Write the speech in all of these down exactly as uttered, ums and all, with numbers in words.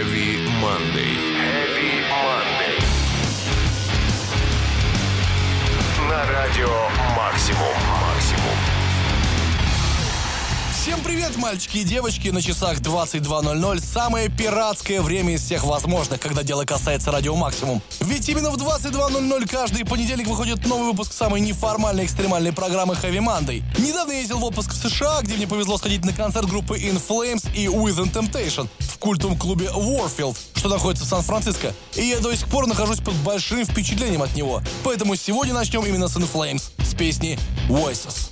Heavy Monday. Heavy Monday. На радио Максимум. Максимум. Всем привет, мальчики и девочки, на часах двадцать два ноль ноль, самое пиратское время из всех возможных, когда дело касается радио Максимум. Ведь именно в двадцать два ноль ноль каждый понедельник выходит новый выпуск самой неформальной экстремальной программы Heavy Monday. Недавно я ездил в отпуск в США, где мне повезло сходить на концерт группы In Flames и Within Temptation в культовом клубе Warfield, что находится в Сан-Франциско. И я до сих пор нахожусь под большим впечатлением от него. Поэтому сегодня начнем именно с In Flames, с песни Voices.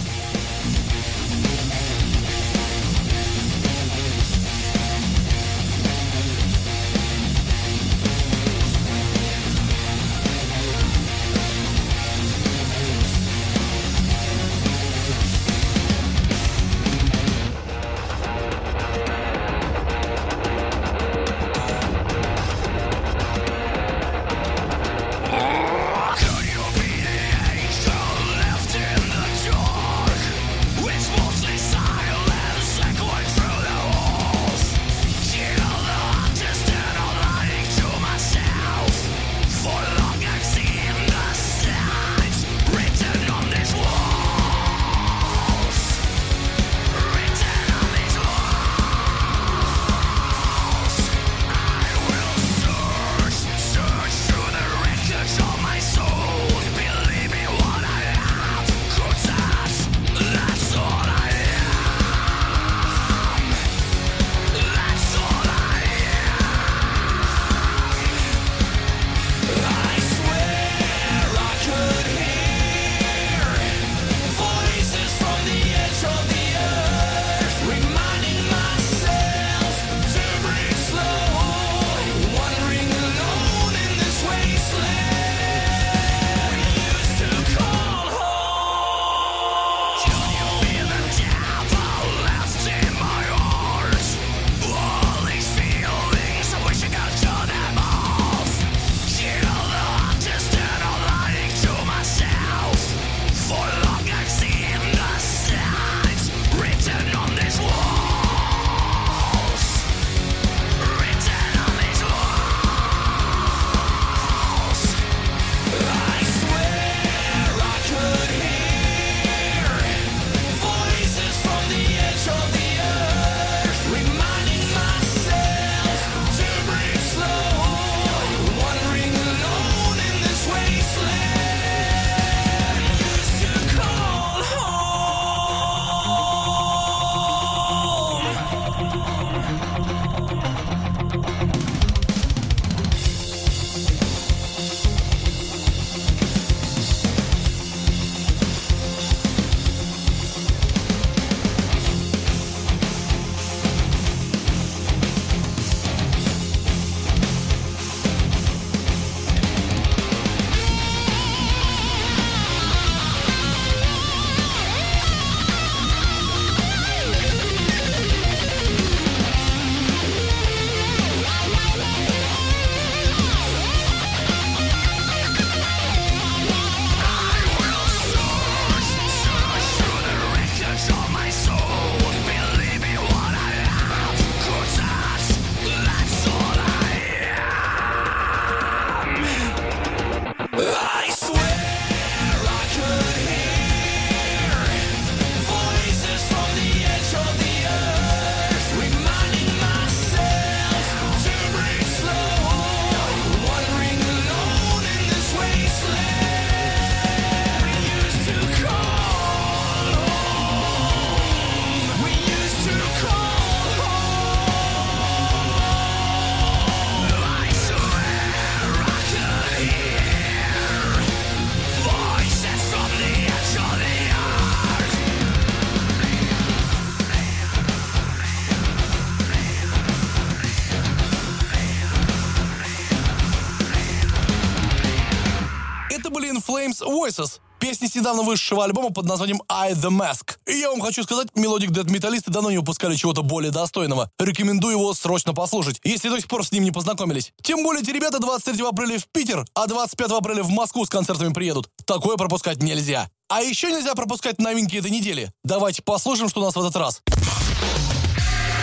Flames Voices, песня с недавно вышедшего альбома под названием I The Mask. И я вам хочу сказать, мелодик дэт-металлисты давно не выпускали чего-то более достойного. Рекомендую его срочно послушать, если до сих пор с ним не познакомились. Тем более эти ребята двадцать третьего апреля в Питер, а двадцать пятого апреля в Москву с концертами приедут. Такое пропускать нельзя. А еще нельзя пропускать новинки этой недели. Давайте послушаем, что у нас в этот раз.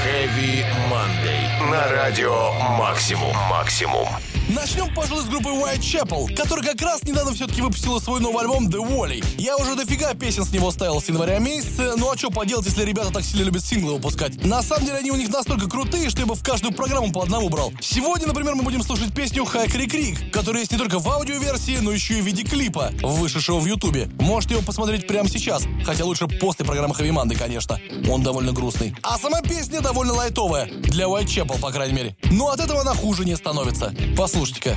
Heavy Monday. На радио Максимум. Максимум. Начнем, пожалуй, с группы Whitechapel, которая как раз недавно все-таки выпустила свой новый альбом The Wally. Я уже дофига песен с него ставил с января месяца, ну а что поделать, если ребята так сильно любят синглы выпускать? На самом деле они у них настолько крутые, что я бы в каждую программу по одному брал. Сегодня, например, мы будем слушать песню Hickory Creek, которая есть не только в аудиоверсии, но еще и в виде клипа, вышедшего в Ютубе. Можете его посмотреть прямо сейчас, хотя лучше после программы Heavy Monday, конечно. Он довольно грустный. А сама песня довольно лайтовая, для Whitechapel, по крайней мере. Но от этого она хуже не становится. Послушайте-ка.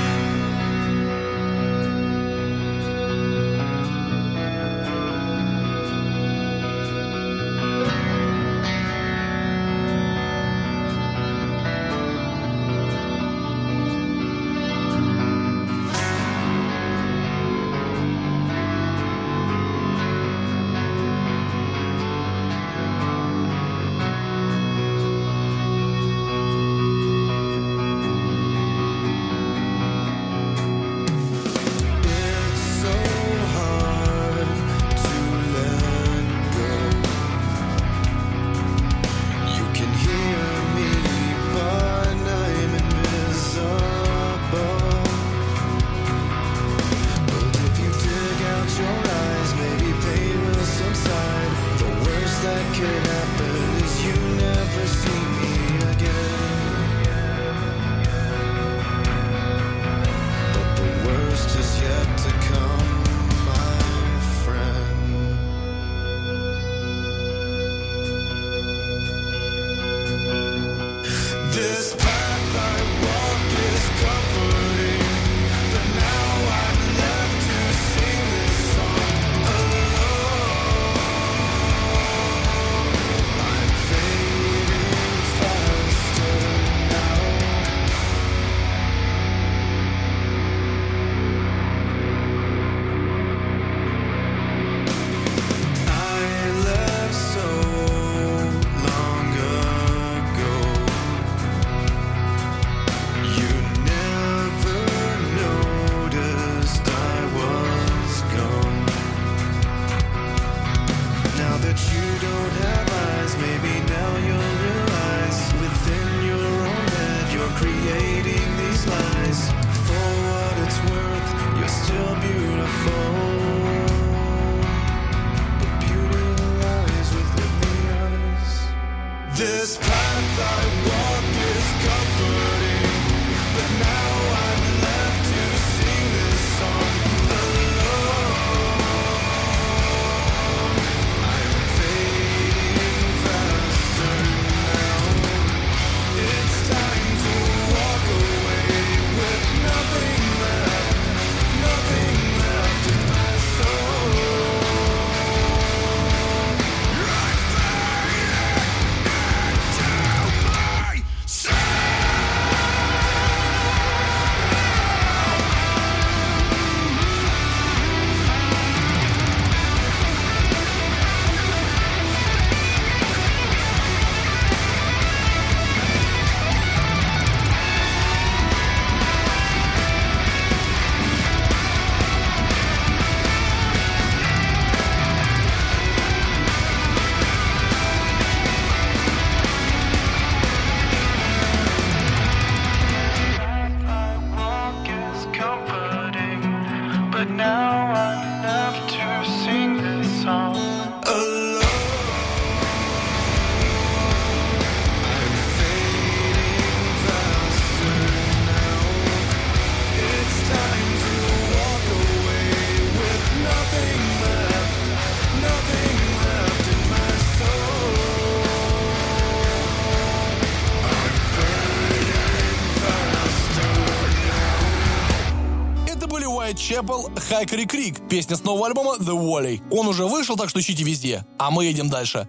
Whitechapel, Hickory Creek, песня с нового альбома The Wally. Он уже вышел, так что ищите везде. А мы едем дальше.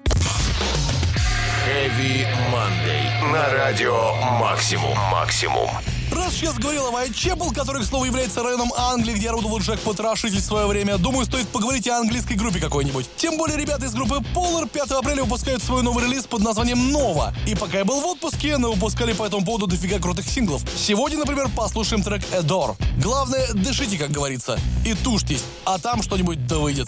Heavy Monday. На радио Максимум. Максимум. Раз сейчас говорил о Whitechapel, который, к слову, является районом Англии, где орудовал Джек-потрошитель в свое время, думаю, стоит поговорить о английской группе какой-нибудь. Тем более ребята из группы Polar пятого апреля выпускают свой новый релиз под названием «Нова». И пока я был в отпуске, мы выпускали по этому поводу дофига крутых синглов. Сегодня, например, послушаем трек «Adore». Главное, дышите, как говорится, и тушьтесь, а там что-нибудь да выйдет.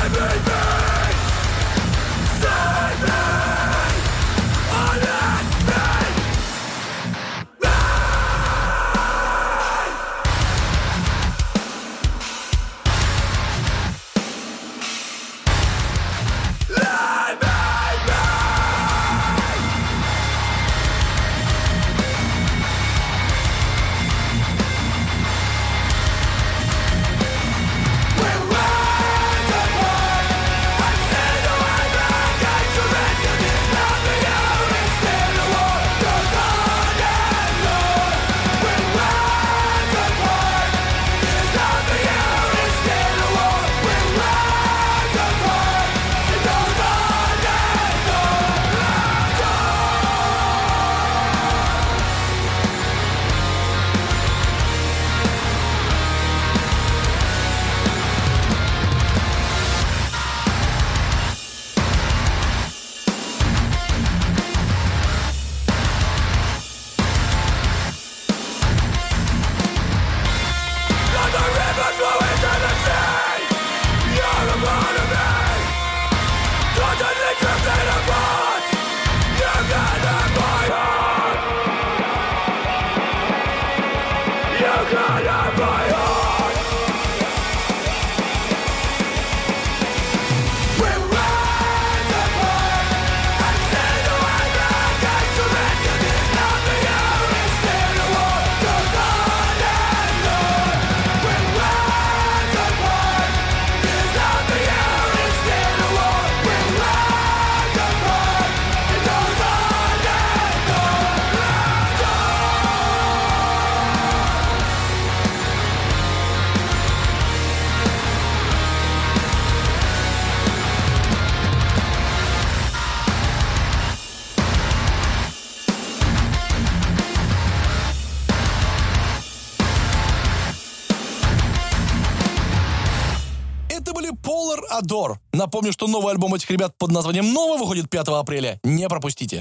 Adore. Напомню, что новый альбом этих ребят под названием «Нова» выходит пятого апреля. Не пропустите.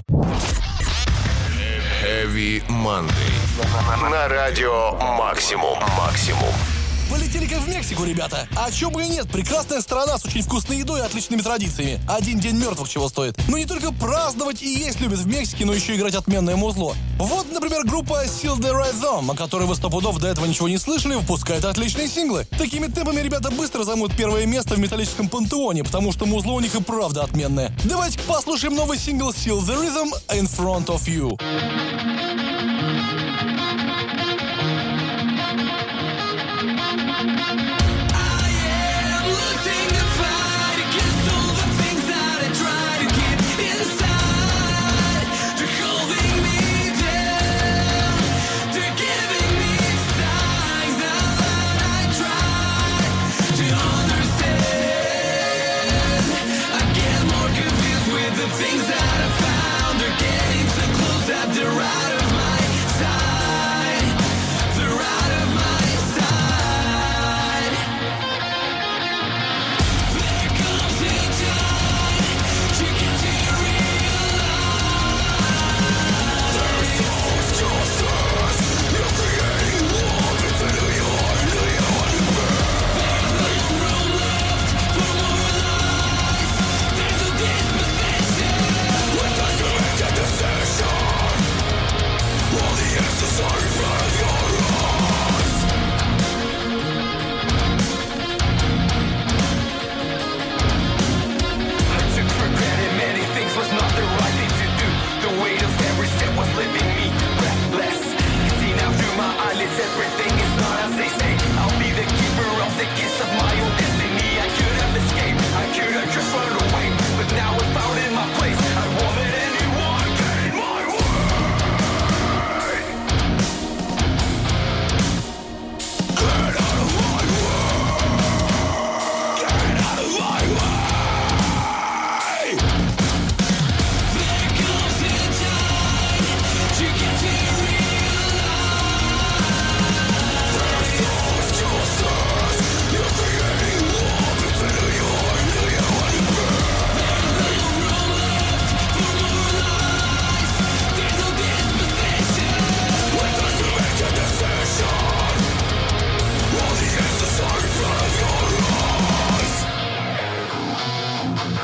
Heavy Monday. На радио Максимум. Максимум. Полетели-ка в Мексику, ребята. А чё бы и нет, прекрасная страна с очень вкусной едой и отличными традициями. Один день мертвых чего стоит. Но не только праздновать и есть любят в Мексике, но еще играть отменное музло. Вот, например, группа Seal the Rhythm, о которой вы сто пудов до этого ничего не слышали, выпускает отличные синглы. Такими темпами ребята быстро займут первое место в металлическом пантеоне, потому что музло у них и правда отменное. Давайте послушаем новый сингл Seal the Rhythm In Front of You. Things that I found are getting so close that they're out of my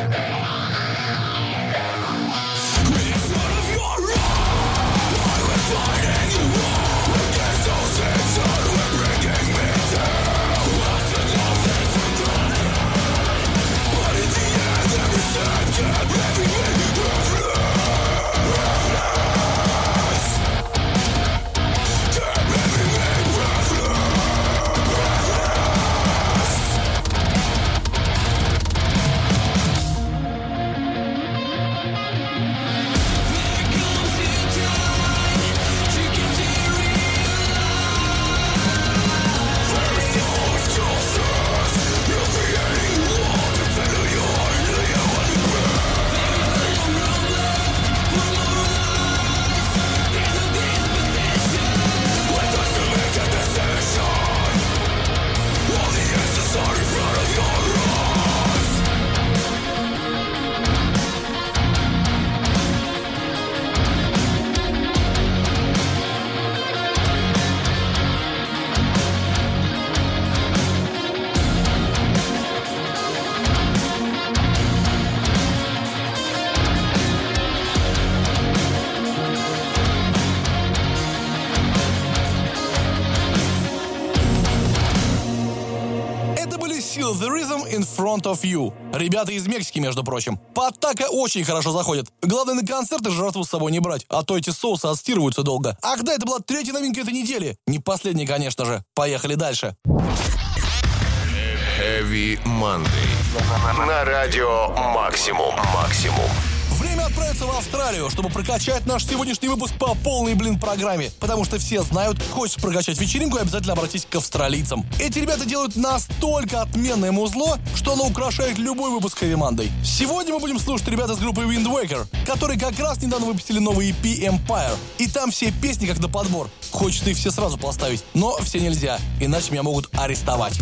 The Rhythm in Front of You. Ребята из Мексики, между прочим. Потака очень хорошо заходит. Главное, на концерты жратву с собой не брать, а то эти соусы отстирываются долго. Ах да, это была третья новинка этой недели. Не последняя, конечно же. Поехали дальше. Heavy Monday. На радио Максимум. Максимум. Время отправиться в Австралию, чтобы прокачать наш сегодняшний выпуск по полной, блин, программе. Потому что все знают, хочешь прокачать вечеринку, обязательно обратись к австралийцам. Эти ребята делают настолько отменное музло, что оно украшает любой выпуск Heavy Monday. Сегодня мы будем слушать ребят из группы Wind Waker, которые как раз недавно выпустили новый и пи Empire. И там все песни как на подбор. Хочется их все сразу поставить, но все нельзя, иначе меня могут арестовать.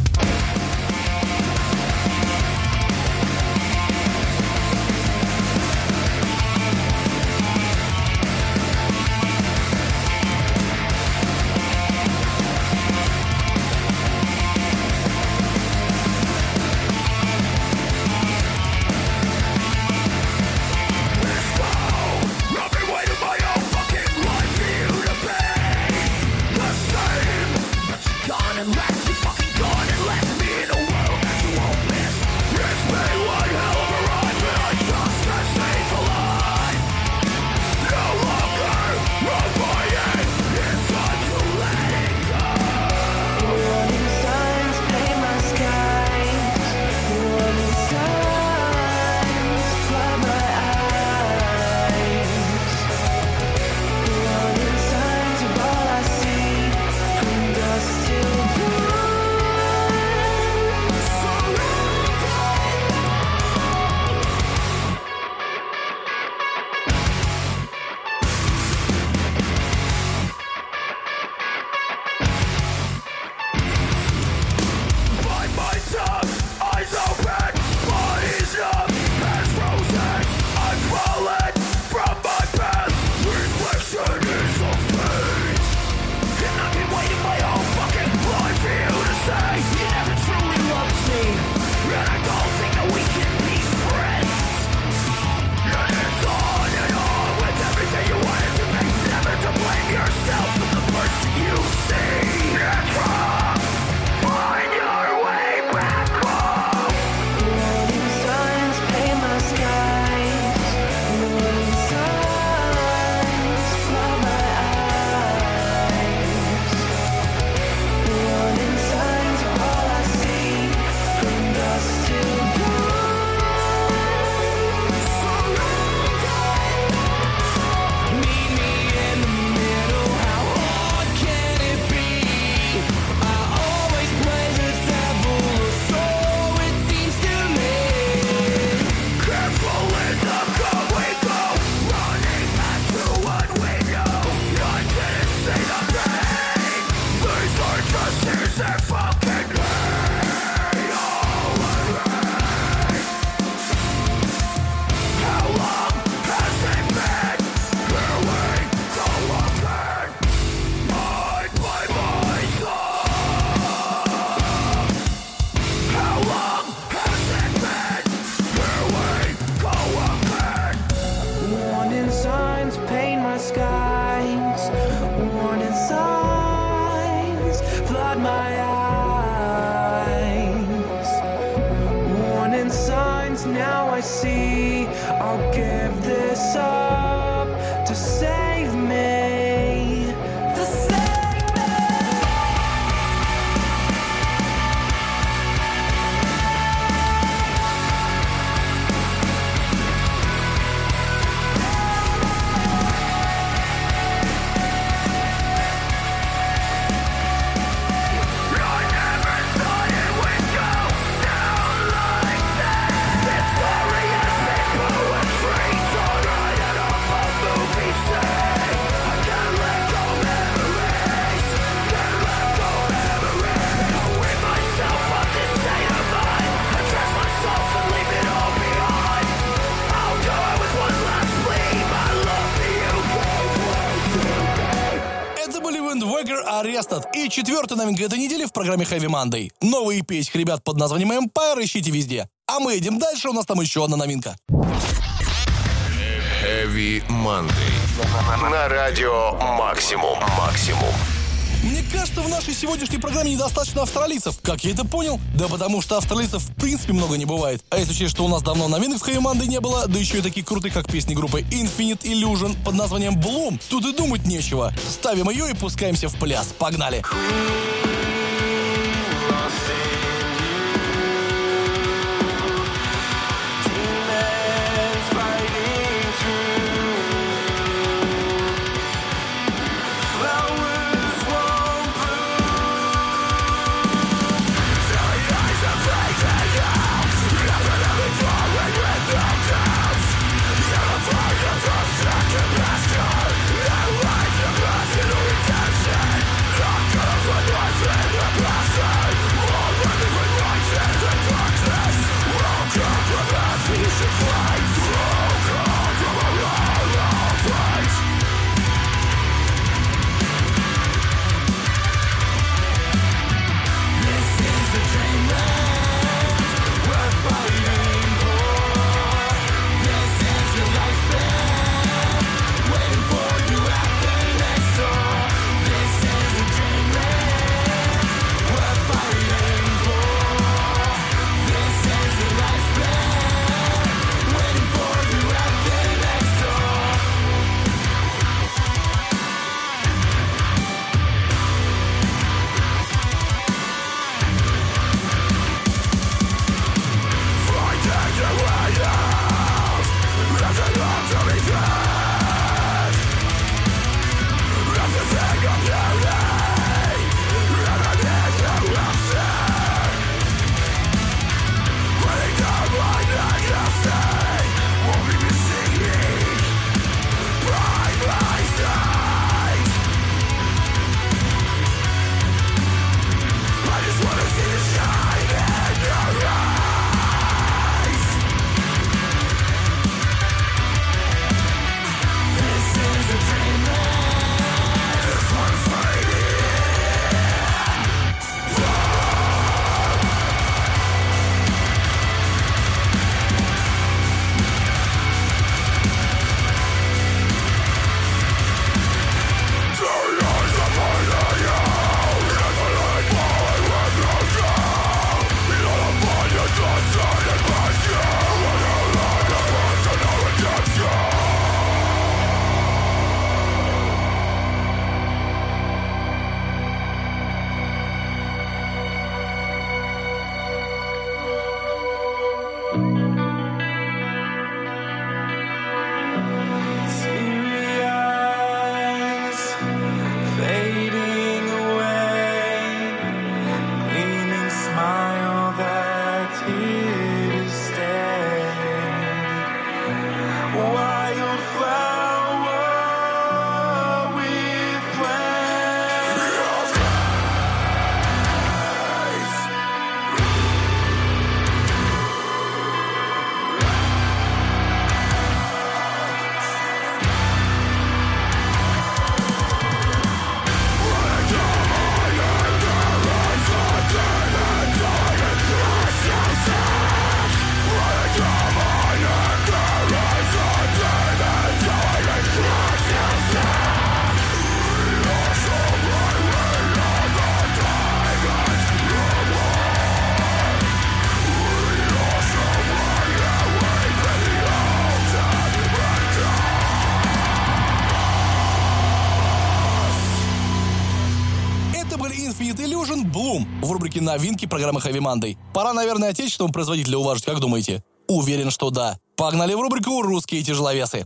Gone and left me, fucking gone and left me. now I see. I'll give this up to save me, to save me. I never thought it would go down like this. This story is made poetry, don't write it off a movie set. I can't let go memories, can't let go memories. I win myself on this state of mind, I trust myself and leave it all behind. I'll go out with one last plea, my love for you goes way too deep. Это были Wind Waker Arrested. И четвертая новинка этой недели в программе Heavy Monday. Новый и пи этих ребят под названием Empire ищите везде. А мы идем дальше, у нас там еще одна новинка. Heavy Monday. На радио Максимум. Максимум. Мне кажется, в нашей сегодняшней программе недостаточно австралийцев. Как я это понял? Да потому что австралийцев в принципе много не бывает. А если учесть, что у нас давно новинок в Heavy Monday не было, да еще и такие крутые, как песни группы Infinite Illusion под названием Bloom, тут и думать нечего. Ставим ее и пускаемся в пляс. Погнали! Cause в рубрике «Новинки» программы Heavy Monday. Пора, наверное, отечественному производителя уважить, как думаете? Уверен, что да. Погнали в рубрику «Русские тяжеловесы».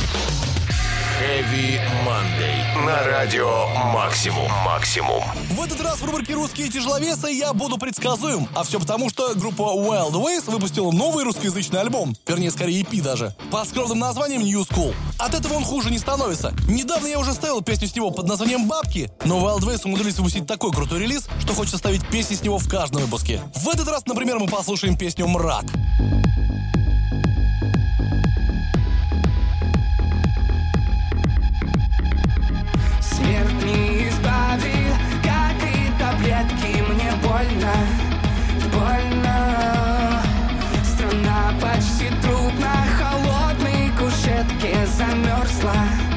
Heavy Monday на радио Максимум. Максимум. В этот раз в рубрике «Русские тяжеловесы» я буду предсказуем. А все потому, что группа Wild Ways выпустила новый русскоязычный альбом. Вернее, скорее и пи даже. Под скромным названием New School. От этого он хуже не становится. Недавно я уже ставил песню с него под названием «Бабки», но Wild Ways умудрились выпустить такой крутой релиз, что хочется ставить песни с него в каждом выпуске. В этот раз, например, мы послушаем песню «Мрак». Смерть не избавит, как и таблетки. Мне больно, больно. Страна почти труп на холодной кушетке. Замерзла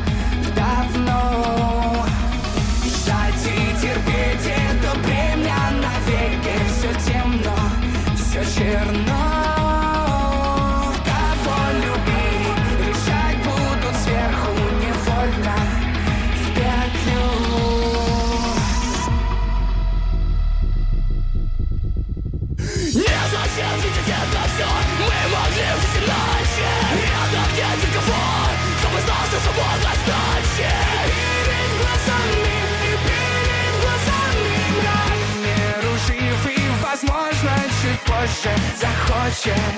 давно. Ждать и терпеть это время навеки. Все темно, все черно. Кого любить, решать будут сверху невольно. Зачем видеть это все? Мы могли жить иначе. Рядом нет никого, чтобы знал, что свобода значит. Перед глазами, перед глазами мрак. Мир жив и, возможно, чуть позже захочешь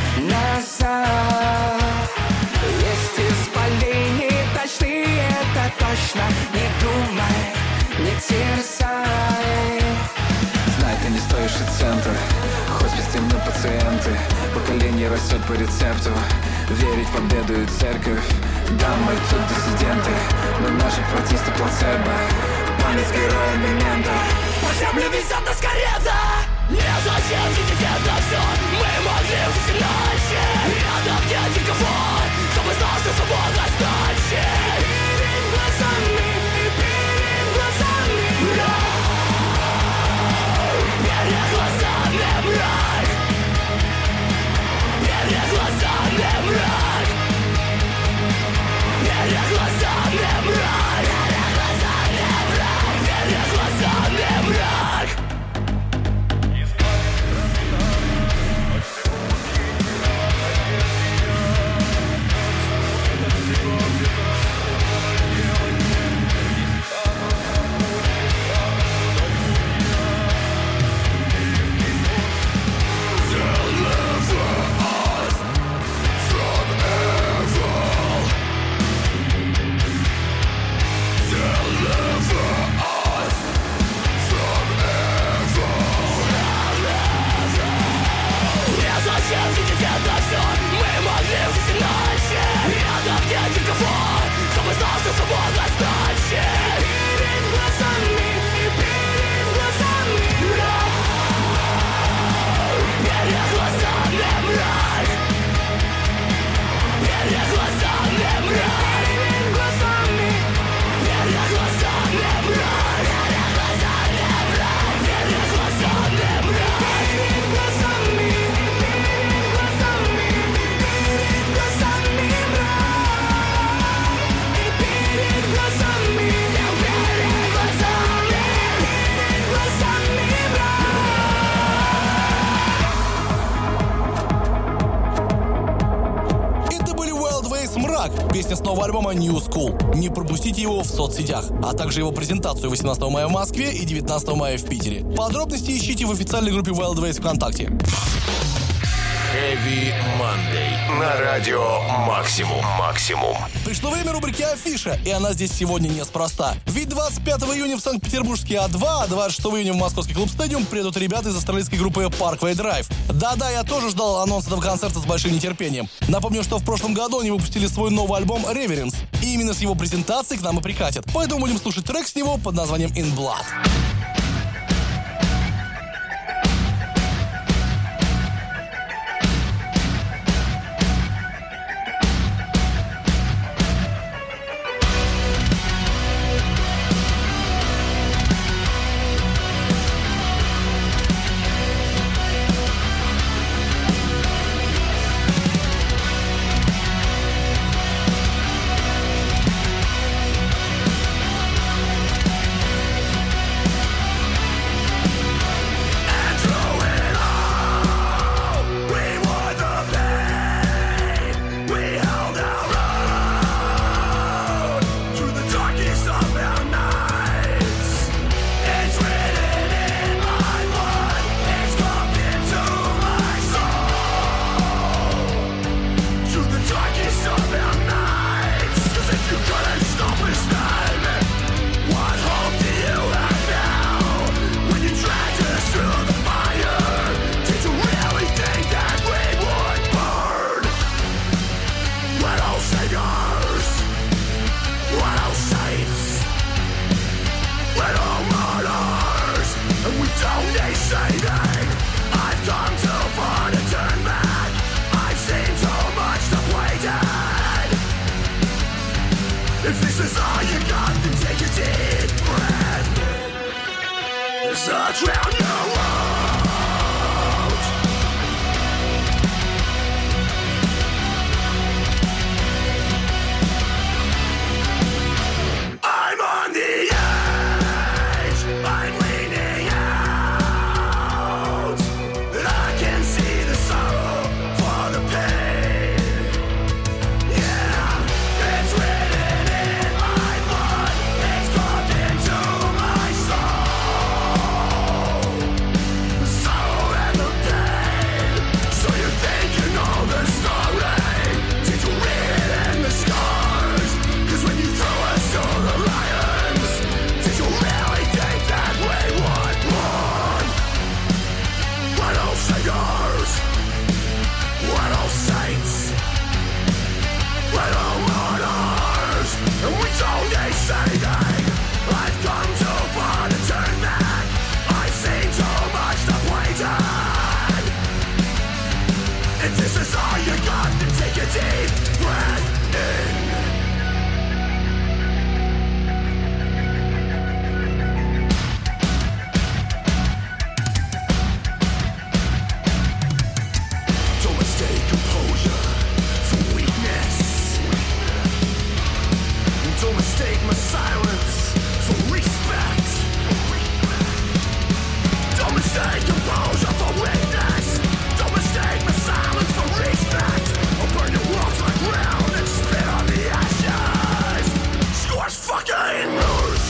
назад. Есть исполнения точные, это точно. Не думай, не терзай. Знай, ты не стоишь и центра. Хосписом на пациенты. Поколение растет по рецепту. Верить в победу и церковь. Да, мы тут диссиденты, но наши протесты плацебо. Память героя момента. По земле везет нас карета. Незачем видеть это все. Мы могли жить иначе. Рядом нет никого, чтобы знал, что свобода значит. Перед глазами, перед глазами мрак. Перед глазами мрак. Перед глазами мрак. Перед глазами мрак. Перед глазами мрак. Песня с нового альбома New School. Не пропустите его в соцсетях, а также его презентацию восемнадцатого мая в Москве и девятнадцатого мая в Питере. Подробности ищите в официальной группе Wild Ways ВКонтакте. Heavy Monday на радио Максимум. Максимум. Пришло время рубрики «Афиша», и она здесь сегодня неспроста. Ведь двадцать пятого июня в Санкт-Петербургский А два, а двадцать шестого июня в московский клуб «Стадиум» приедут ребята из австралийской группы Parkway Drive. Да-да, я тоже ждал анонс этого концерта с большим нетерпением. Напомню, что в прошлом году они выпустили свой новый альбом «Reverence», и именно с его презентацией к нам и прикатят. Поэтому будем слушать трек с него под названием «In Blood». this is all you got, then take a deep breath. As I drown you out. I'm on the edge, I'm leaning out. I can see the sorrow for the pain. Yeah, it's written in my blood, it's carved into my soul. The sorrow and the pain. So you think you know the story? Did you read it in the scars? 'Cause when you threw us to the lions, did you really think that we would run? Little singers, little saints, little runners, and we don't need saving. I've come too far to turn back. I've seen too much to play dead. If this is all you got, then take a deep breath in. Don't mistake composure for weakness. Don't mistake my silence for respect. Don't mistake composure for weakness. Don't mistake my silence for respect. I'll burn your walls to the ground and spit on the ashes. Scorch fucking loose.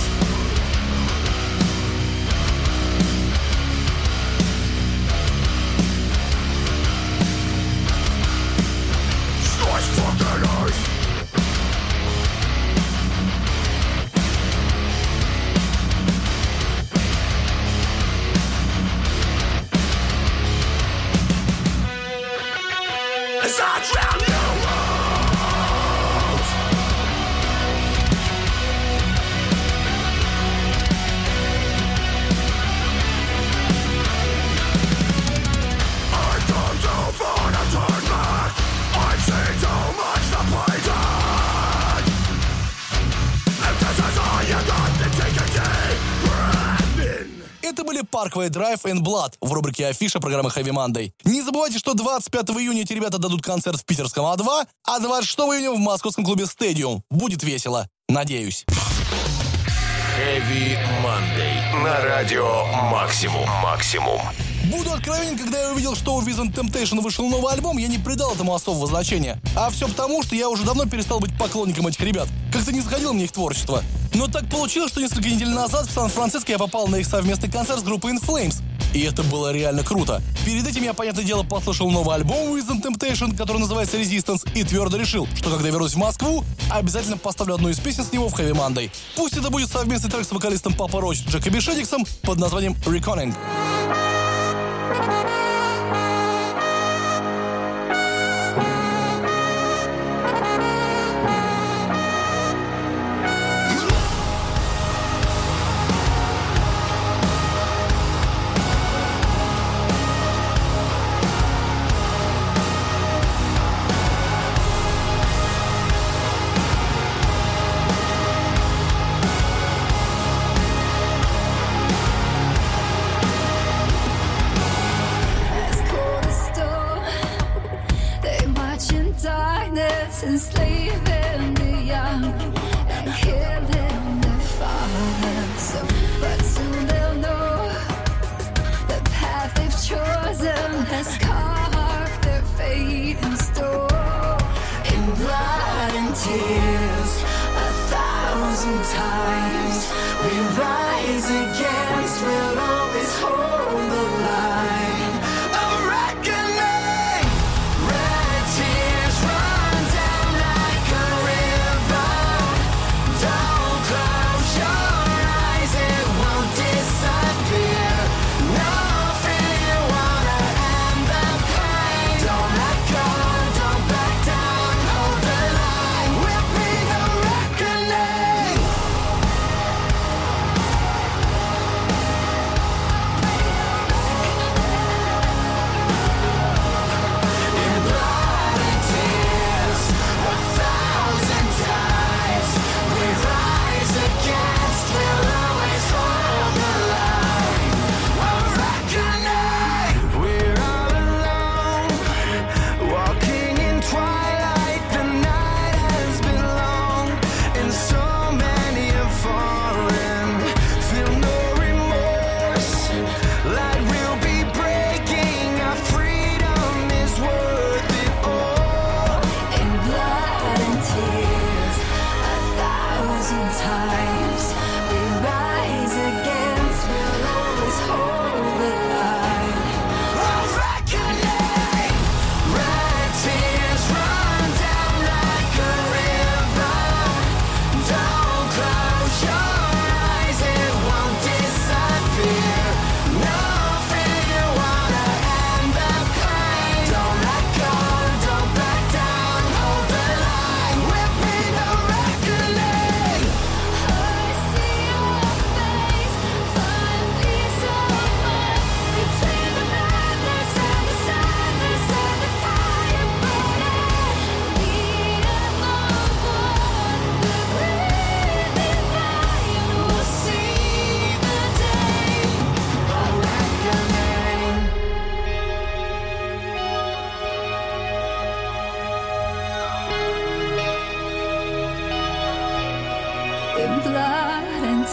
Scorch fucking earth. As I drown you out. I've come too far to turn back. I've seen too much to play dead. If this is all you got, then take a deep breath in. Это были Parkway Drive and Blood в рубрике Афиша программы Heavy Monday. Не забывайте, что двадцать пятого июня эти ребята дадут концерт в питерском А два, а двадцать шестого июня в московском клубе Stadium. Будет весело. Надеюсь. Heavy Monday. На радио Максимум. Максимум. Буду откровенен, когда я увидел, что у Within Temptation вышел новый альбом, я не придал этому особого значения. А все потому, что я уже давно перестал быть поклонником этих ребят. Как-то не заходило мне их творчество. Но так получилось, что несколько недель назад в Сан-Франциско я попал на их совместный концерт с группой In Flames. И это было реально круто. Перед этим я, понятное дело, послушал новый альбом Within Temptation, который называется Resistance, и твердо решил, что когда вернусь в Москву, обязательно поставлю одну из песен с него в Heavy Monday. Пусть это будет совместный трек с вокалистом Папа Роч Джекоби Шедиксом под названием Reckoning. Enslaving the young and killing their fathers. But soon they'll know the path they've chosen has carved their fate in stone. In blood and tears, a thousand times we rise against, we'll always hold the line.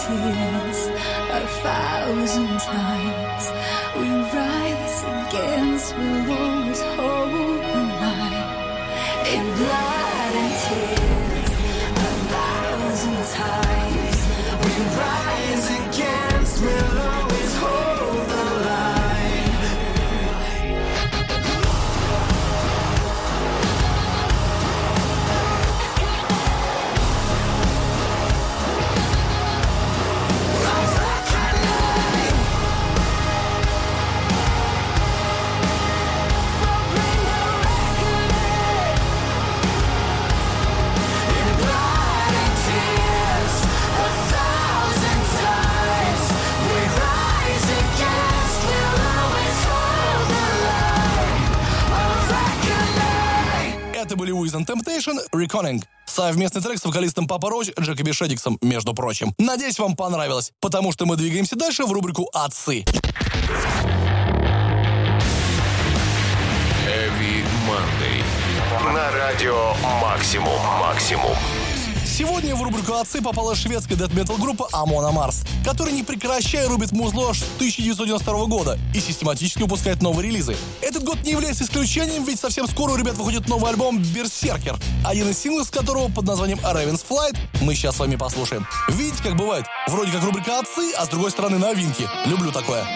tears a thousand times. We rise against, we'll always hold the line. In blood and tears a thousand times. We rise against, we'll always hold the line. Это были Wiz and Temptation, Reckoning. Совместный трек с вокалистом Папа Роч Джекоби Шеддиксом, между прочим. Надеюсь, вам понравилось, потому что мы двигаемся дальше в рубрику «Отцы». Heavy Monday. На радио Максимум. Максимум. Сегодня в рубрику «Отцы» попала шведская дэт-метал группа Amon Amarth, которая не прекращая рубит музло аж с тысяча девятьсот девяносто второго года и систематически выпускает новые релизы. Этот год не является исключением, ведь совсем скоро у ребят выходит новый альбом «Берсеркер», один из синглов которого под названием «Raven's Flight» мы сейчас с вами послушаем. Видите, как бывает? Вроде как рубрика «Отцы», а с другой стороны новинки. Люблю такое.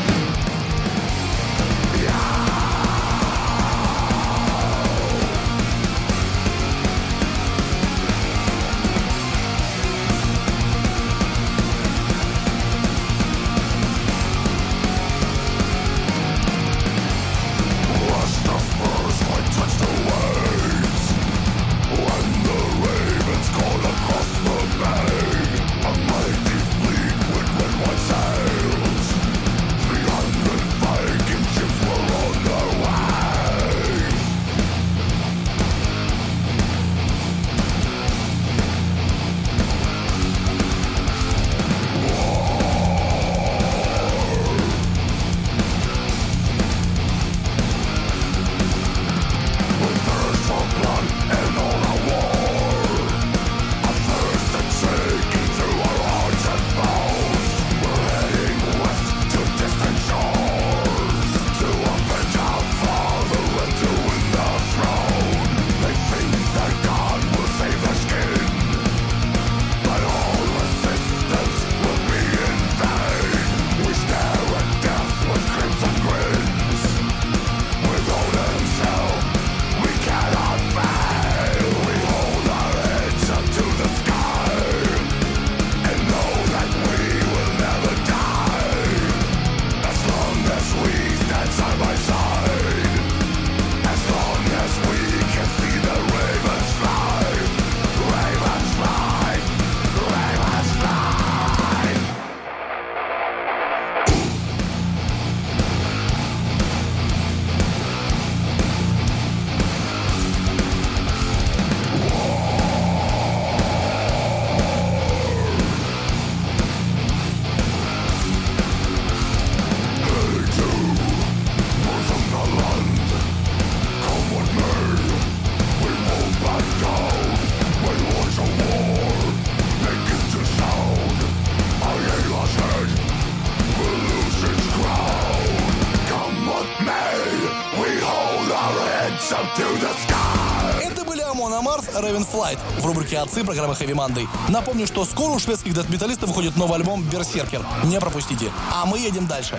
Это были Amon Amarth, Raven's Flight в рубрике «Отцы» программы Heavy Monday. Напомню, что скоро у шведских дэт-металлистов выходит новый альбом «Берсеркер». Не пропустите. А мы едем дальше.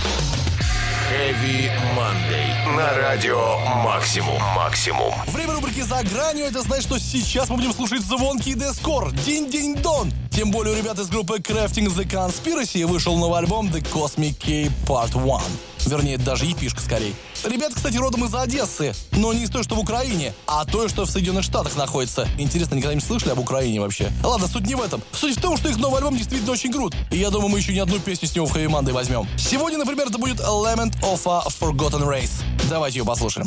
Heavy Monday. На радио Максимум. Максимум. Время рубрики «За гранью» — это значит, что сейчас мы будем слушать звонкий дескор. Динь-динь-дон. Тем более у ребят из группы Crafting the Conspiracy вышел новый альбом The Cosmic K Part один. Вернее, даже епишка скорее. Ребята, кстати, родом из Одессы, но не из той, что в Украине, а той, что в Соединенных Штатах находится. Интересно, никогда не слышали об Украине вообще? Ладно, суть не в этом. Суть в том, что их новый альбом действительно очень крут. И я думаю, мы еще не одну песню с него в Heavy Monday возьмем. Сегодня, например, это будет Lament of a Forgotten Race. Давайте ее послушаем.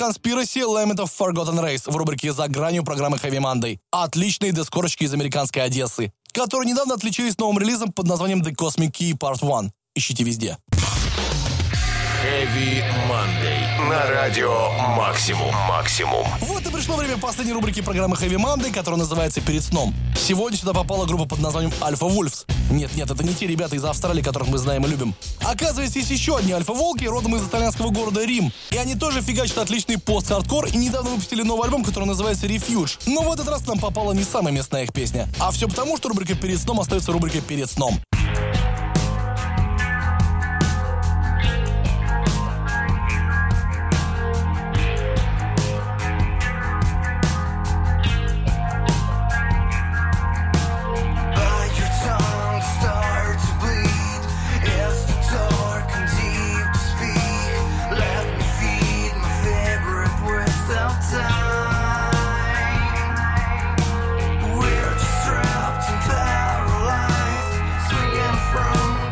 Conspiracy, Lament of Forgotten Race в рубрике «За гранью» программы Heavy Monday. Отличные дискорочки из американской Одессы, которые недавно отличились новым релизом под названием The Cosmic Key Part один. Ищите везде. Heavy Monday на радио Максимум. Максимум. Вот и пришло время последней рубрики программы Heavy Monday, которая называется «Перед сном». Сегодня сюда попала группа под названием Alpha Wolves. Нет-нет, это не те ребята из Австралии, которых мы знаем и любим. Оказывается, есть еще одни альфа-волки, родом из итальянского города Рим. И они тоже фигачат отличный пост-хардкор и недавно выпустили новый альбом, который называется Refuge. Но в этот раз нам попала не самая местная их песня. А все потому, что рубрика «Перед сном» остается рубрикой «Перед сном». We're just trapped and paralyzed, swinging from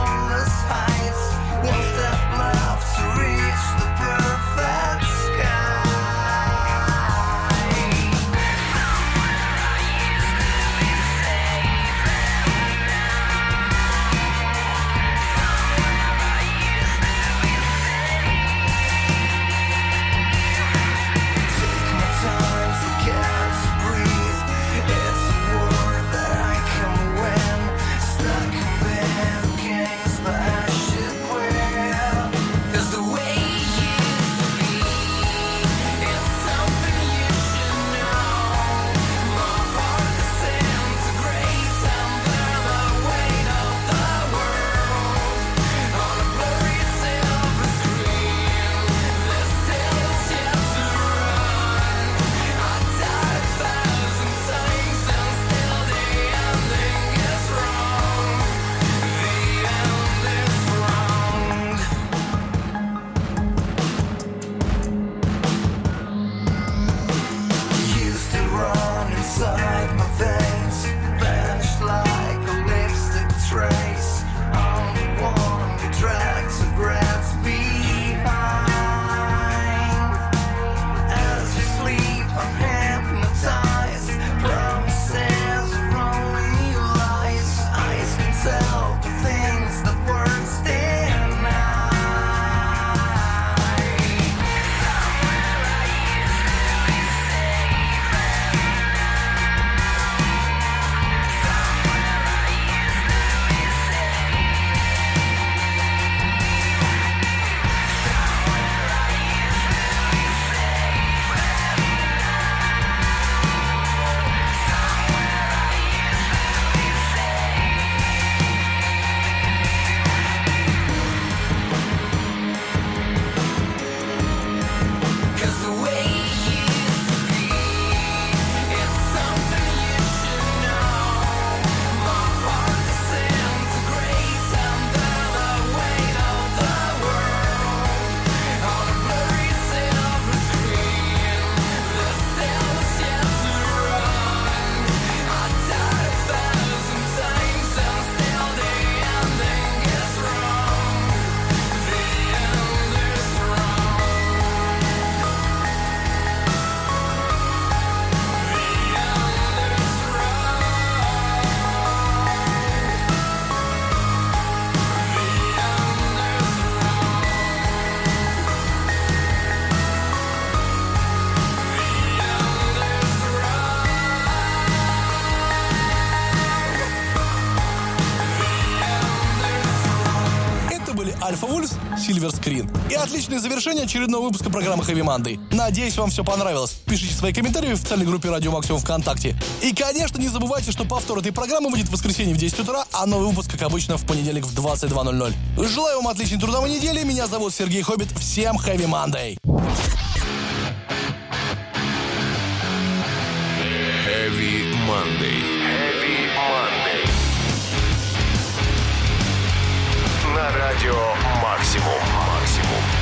Alpha Wolves, Silver Screen. И отличное завершение очередного выпуска программы Heavy Monday. Надеюсь, вам все понравилось. Пишите свои комментарии в официальной группе Радио Максимум ВКонтакте. И, конечно, не забывайте, что повтор этой программы выйдет в воскресенье в десять утра, а новый выпуск, как обычно, в понедельник в двадцать два ноль ноль. Желаю вам отличной трудовой недели. Меня зовут Сергей Хоббит. Всем Heavy Monday. Heavy Monday. Heavy Monday. На радио Максимум. Максимум.